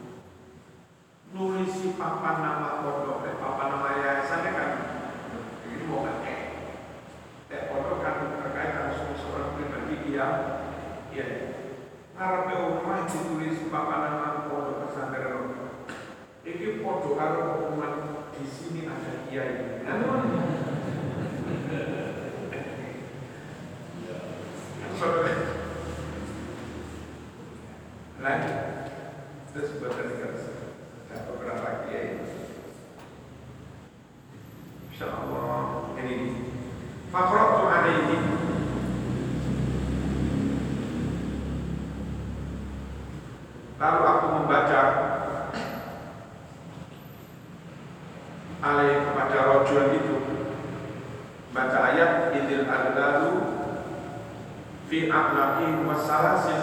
Nulisi papan nama pondok, eh, papan nama yayasan kan ini mau kakek. Kayak pondok kan terkait dengan seorang pribadi dia ya ngarepe omah ditulis papanan pondok pesantren. Iki podo karo omongan di sini ada kiai. Lagi, terus buat terus ada beberapa kiai. Insyaallah ini. Fakhratu alaihi. Lalu aku membaca alaihi kepada rajul itu, baca ayat idil aglalu fi a'naqi wasalasil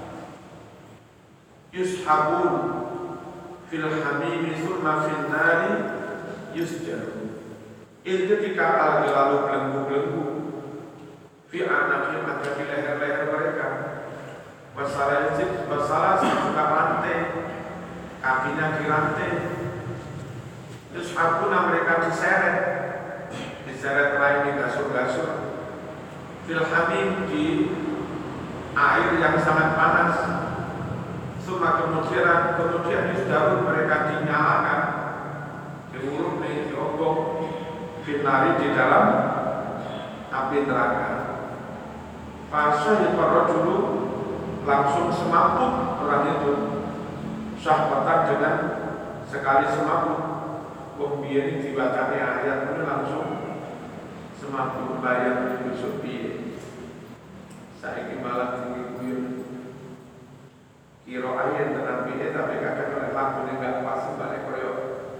yushabun fil hamimi thumma fil nari yusjarun. Il ketika al-aglalu belenggu-belenggu fi a'naqi ada di leher-leher mereka, wasalasil wasalasil juga rantai, kakinya dirantai. Terus hakuna mereka diseret, diseret lain digasur-gasur, fil hamim di air yang sangat panas. Suma kemudian kemudian disdarun mereka dinyalakan, diurut nih, diobok, finari di dalam api neraka. Fasa yang dulu langsung semaput orang itu, syahwatan dengan sekali semaput. Kemudian dibacanya ayat ini langsung semakin bayang besok piye. Saiki malah tinggi kuyun. Kira ayat tenan piye tapi kadang oleh lakune enggak pas balik koyo.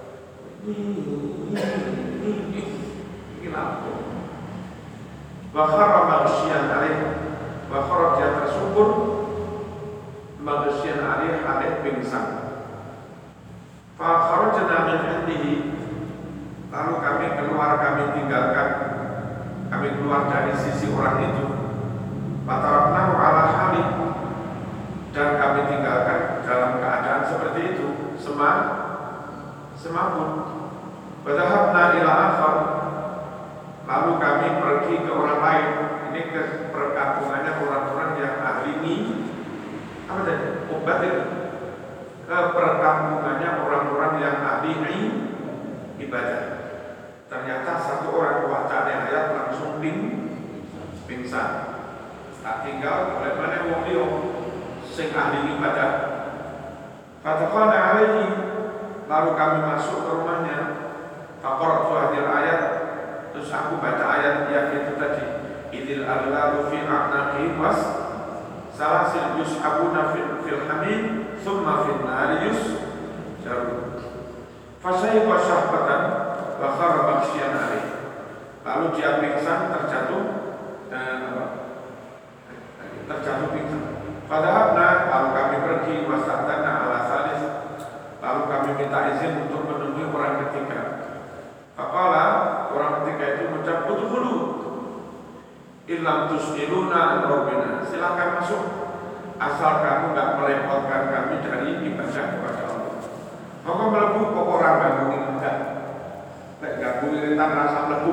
Ini lampu. Bakhara maghsyian alaih. Bakhara dia tersungkur maghsyian alaih alaih pingsan. Fa kharajna min indihi, lalu kami keluar, kami tinggalkan, kami keluar dari sisi orang itu. Fataraknahu ala hali, dan kami tinggalkan dalam keadaan seperti itu, semua semaput. Fadhahabna ila akhar, lalu kami pergi ke orang lain. Ini ke perkampungannya orang-orang yang ahli ini apa tadi? Obat itu. Ke perkampungannya orang-orang yang ahli ibadah. Ternyata satu orang wacana ayat langsung ping, pingsan. Tak tinggal oleh mana wong liya sing ahli ibadah. Fataqana alaihi, lalu kami masuk ke rumahnya. Faqara'tu hadil ayat, terus aku baca ayat yang itu tadi. Idil aghlalu fi a'naqihim was salasil yushabuna fil fil hamim thumma fil nari yusjarun. Fasayqa syahbatan wa khara baghsyan alaih. Lalu dia pingsan, terjatuh dan apa? Terjatuh pingsan. Fadhahabna, lalu kami pergi wasatana ala salis. Lalu kami minta izin untuk menemui orang ketiga. Faqala, orang ketiga itu mengucap udkhulu illam tus'iluna an rabbina. Silakan masuk asal kamu enggak merepotkan kami dari ibadah kepada Allah. Maka melebu kok orang gabungin enggak. Nek gabungin tentang rasa melebu.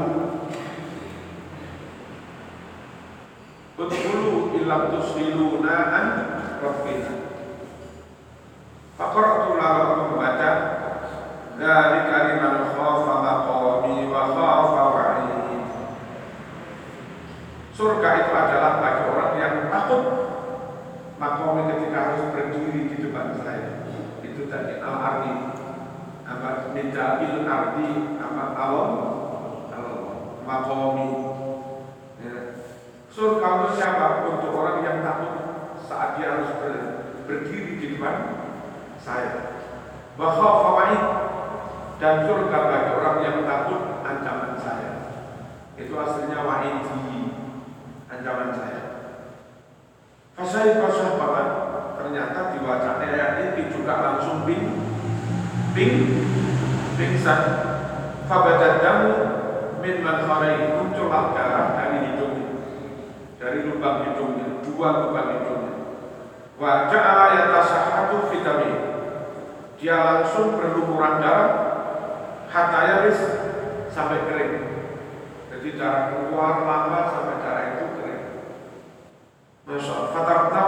Udkhulu illam tus'iluna an rabbina. Faqara'tu, lalu aku membaca dari kalimat khafa maqami wa khafa wa'id. Surga itu adalah bagi orang yang takut maqami ketika harus berdiri di depan saya. Itu tadi al-ardi, apa nidail ardi, apa alam alam maqami. Ya. Surga untuk siapa? Untuk orang yang takut saat dia harus ber, berdiri di depan saya. Wa khafa wa'id, dan surga bagi orang yang takut ancaman saya. Itu aslinya wa'idi, ancaman saya. Fasai fasah bapak, ternyata di wajah ayat ini juga langsung ping, ping, pingsan. Fabadat damu min manfarai, muncullah darah dari hidungnya, dari lubang hidungnya, dua lubang hidungnya. Wa ja'ala yatasahhatu vitamin, dia langsung berlumuran darah hatta yaris, sampai kering. Jadi darah keluar lama sampai darah itu kering. Masya Allah. Fatarna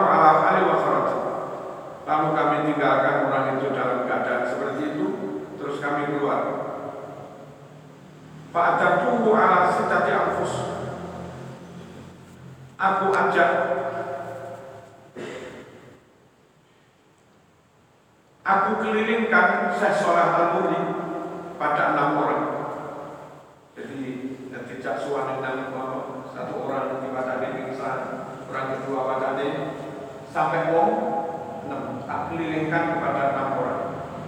Aku ajak, aku kelilingkan Syekh Shaleh Al-Murri pada enam orang. Jadi tidak suami enam satu orang di pada pingsan, orang kedua pada sampai wong enam. Tak kelilingkan kepada enam orang.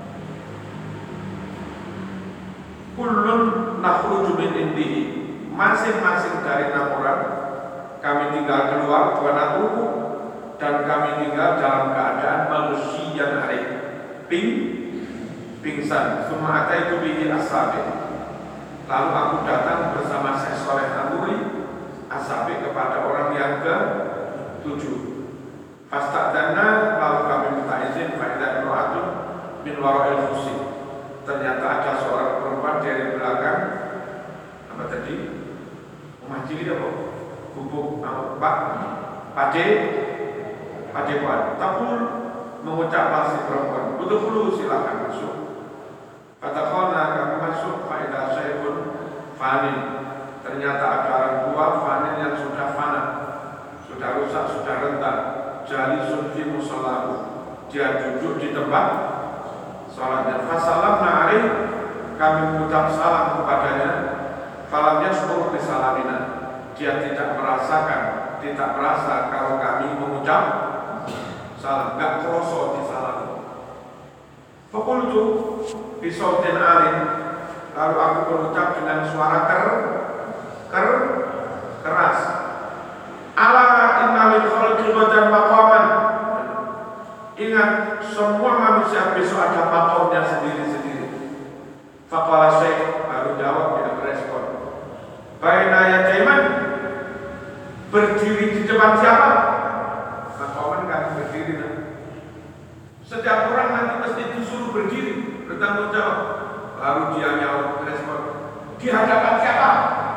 Kullun nakhruju min indihi, masing-masing dari enam orang kami tinggal keluar wa natuhu, dan kami tinggal dalam keadaan manusia hari ping pingsan. Semua ada itu bihi ashabi. Lalu aku datang bersama Syekh Shaleh Al-Murri ashabi kepada orang yang ke tujuh. Fasta'dana, lalu kami minta izin fa'idah imra'atun min wara'il khusi. Ternyata ada seorang perempuan dari belakang apa tadi? Rumah cili apa? Bubuk Pak Pade Padewan. Tabul mengucap masih perempuan. Betul dulu silakan masuk. Katakanlah kami masuk fa'idah syaikun fani. Ternyata ada orang tua fani yang sudah fana, sudah rusak, sudah rentan. Jali sunfi musallahu, dia duduk di tempat salatnya. Fasalamna alaih, kami mengucap salam kepadanya. Falamnya syukur bisalamina, dia tidak merasakan, tidak merasa kalau kami mengucap salam, enggak kroso di salam. Fakultu bisautin alim, lalu aku berucap dengan suara ker, ker, keras. Ala inna lil khalqi ghadan maqaman. Ingat, semua manusia besok ada maqamnya sendiri-sendiri. Faqala Syekh, baru jawab, tidak merespon. Baina yadaiman, berdiri di depan siapa? Maqaman kan berdiri. Setiap orang nanti mesti disuruh berdiri, bertanggung jawab. Lalu dia jawab, respon, di hadapan siapa?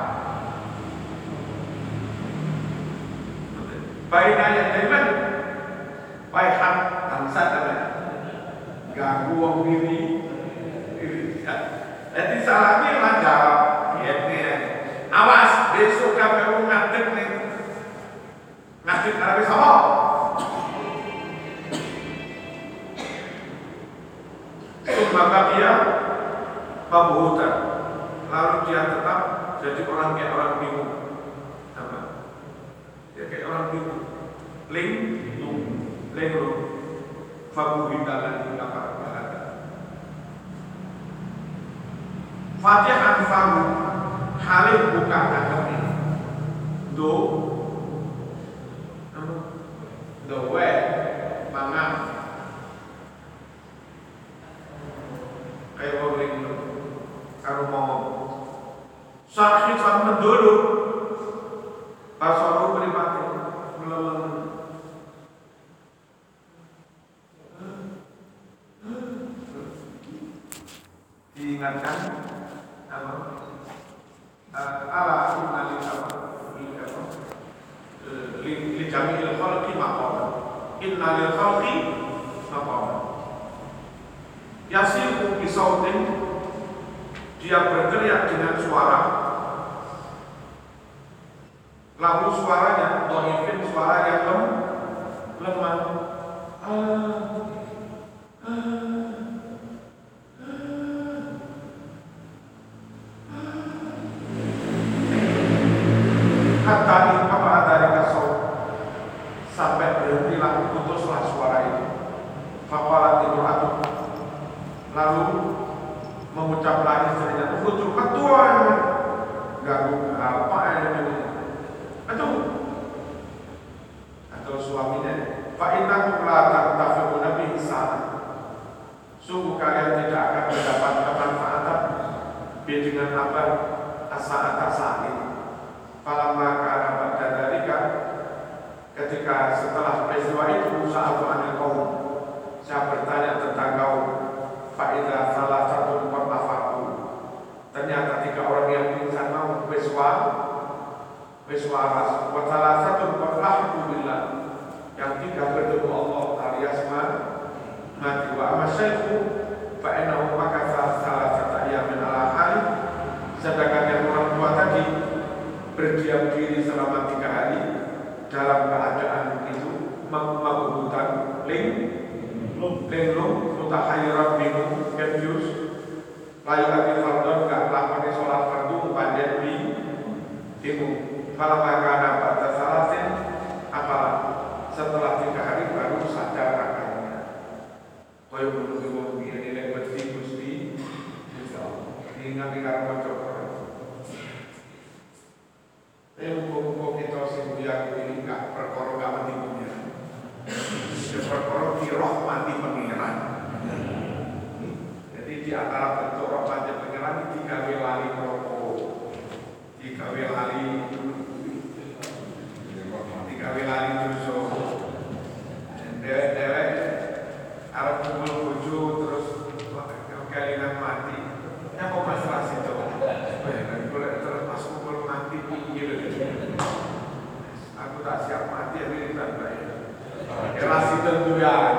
Baina yadaiman, Paihan bangsa namanya, ganggu wong diri. Jadi salahnya lah jawab, ya, awas besok kamu ngadeg nih, ngadeg Arab sama. Maka dia pembuhutan, lalu dia tetap jadi orang kayak orang bingung, apa? Ya kayak orang bingung, ling, lung. Lengro, fabuhitalan hingga para bahada. Fatihan famu, halih buka agami. Do, do we, mangan. Kayak orang lengro, kalau mau sakit sama dulu, pas orang beribadi, meleleng. Diingatkan apa? Ala innalil apa? Li jamil khalqi maqam. Innalil khalqi maqam. Yasiru bi sautin, dia berteriak dengan suara. Lalu suaranya dhaifin, suara yang lem, lemah. Ah, ah. Kata apa dari kasau sampai berhentilah, putuslah suara itu. Faqalat imra'atu, lalu mengucaplah istrinya, "Ukhruju ketuan." Ganggu apa ini? Aduh. Atau suaminya, "Fa innakum la ta'tafiquna bihi sana." Sungguh kalian tidak akan mendapat kemanfaatan dengan apa asa-asa ini. Falamma kana ba'da dzalika, ketika setelah peristiwa itu, sa'atu anil qaum, saya bertanya tentang kaum. Fa idza salah satu qatafaku, ternyata tiga orang yang pingsan mau wiswa wiswaras, wa salah satu qatafaku billah, yang tiga bertemu Allah alias mati. Wa amasyaihu fa innahu makatha salasata ayamin ala hali, sedangkan yang orang tua tadi berdiam diri selama tiga hari dalam keadaan itu mabutan ling linglung mutakhayyiran bingung confused layu lagi fardon gak lakoni sholat fardu panjang bi bingung kalau karena pada salasin apalah setelah tiga hari baru sadar akannya kaya menunggu wong biyen nek wedi Gusti ingat karo kanca Mumpung kita sing biar ini gak perkara gak mati pengiran. Perkara dirahmati pengiran. Jadi di antara bentuk rahmati pengiran digawe lali rokok, digawe lali, digawe lali dosa. Dewek-dewek arep kumpul bojo terus kelingan mati. Ya kok masalah situ. Terus pas kumpul mati piye lho. Aku tak siap mati ya ini tak baik. Relasi tentuan.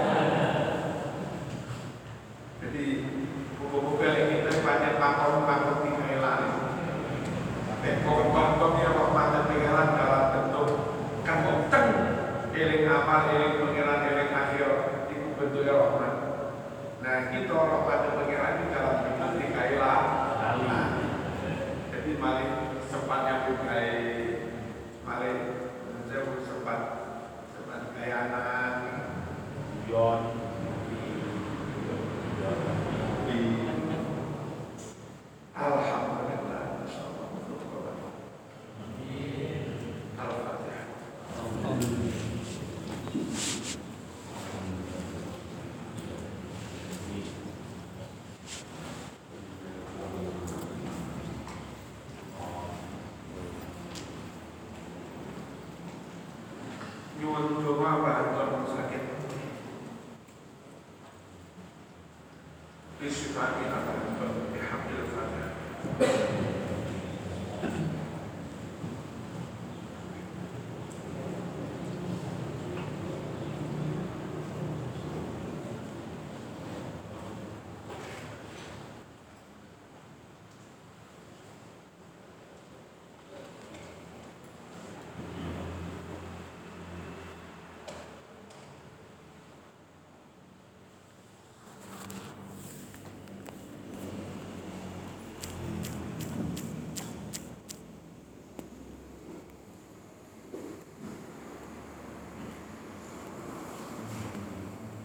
Jadi buku-buku ini kita banyak pakon-pakon tinggalan. Pakon-pakon yang rahmatan tinggalan dalam bentuk kan boten eling amal, eling pengiran, eling akhir itu bentuknya rahmat. Nah kita rahmatan pengiran di dalam bentuk tinggalan. Jadi maling sempat yang bukai maling saya sempat sempat kayak anak Yon di alhamdulillah Al-Fatihah. Nyuwun doa bantuan sakit. Bismillahirrahmanirrahim. Alhamdulillah.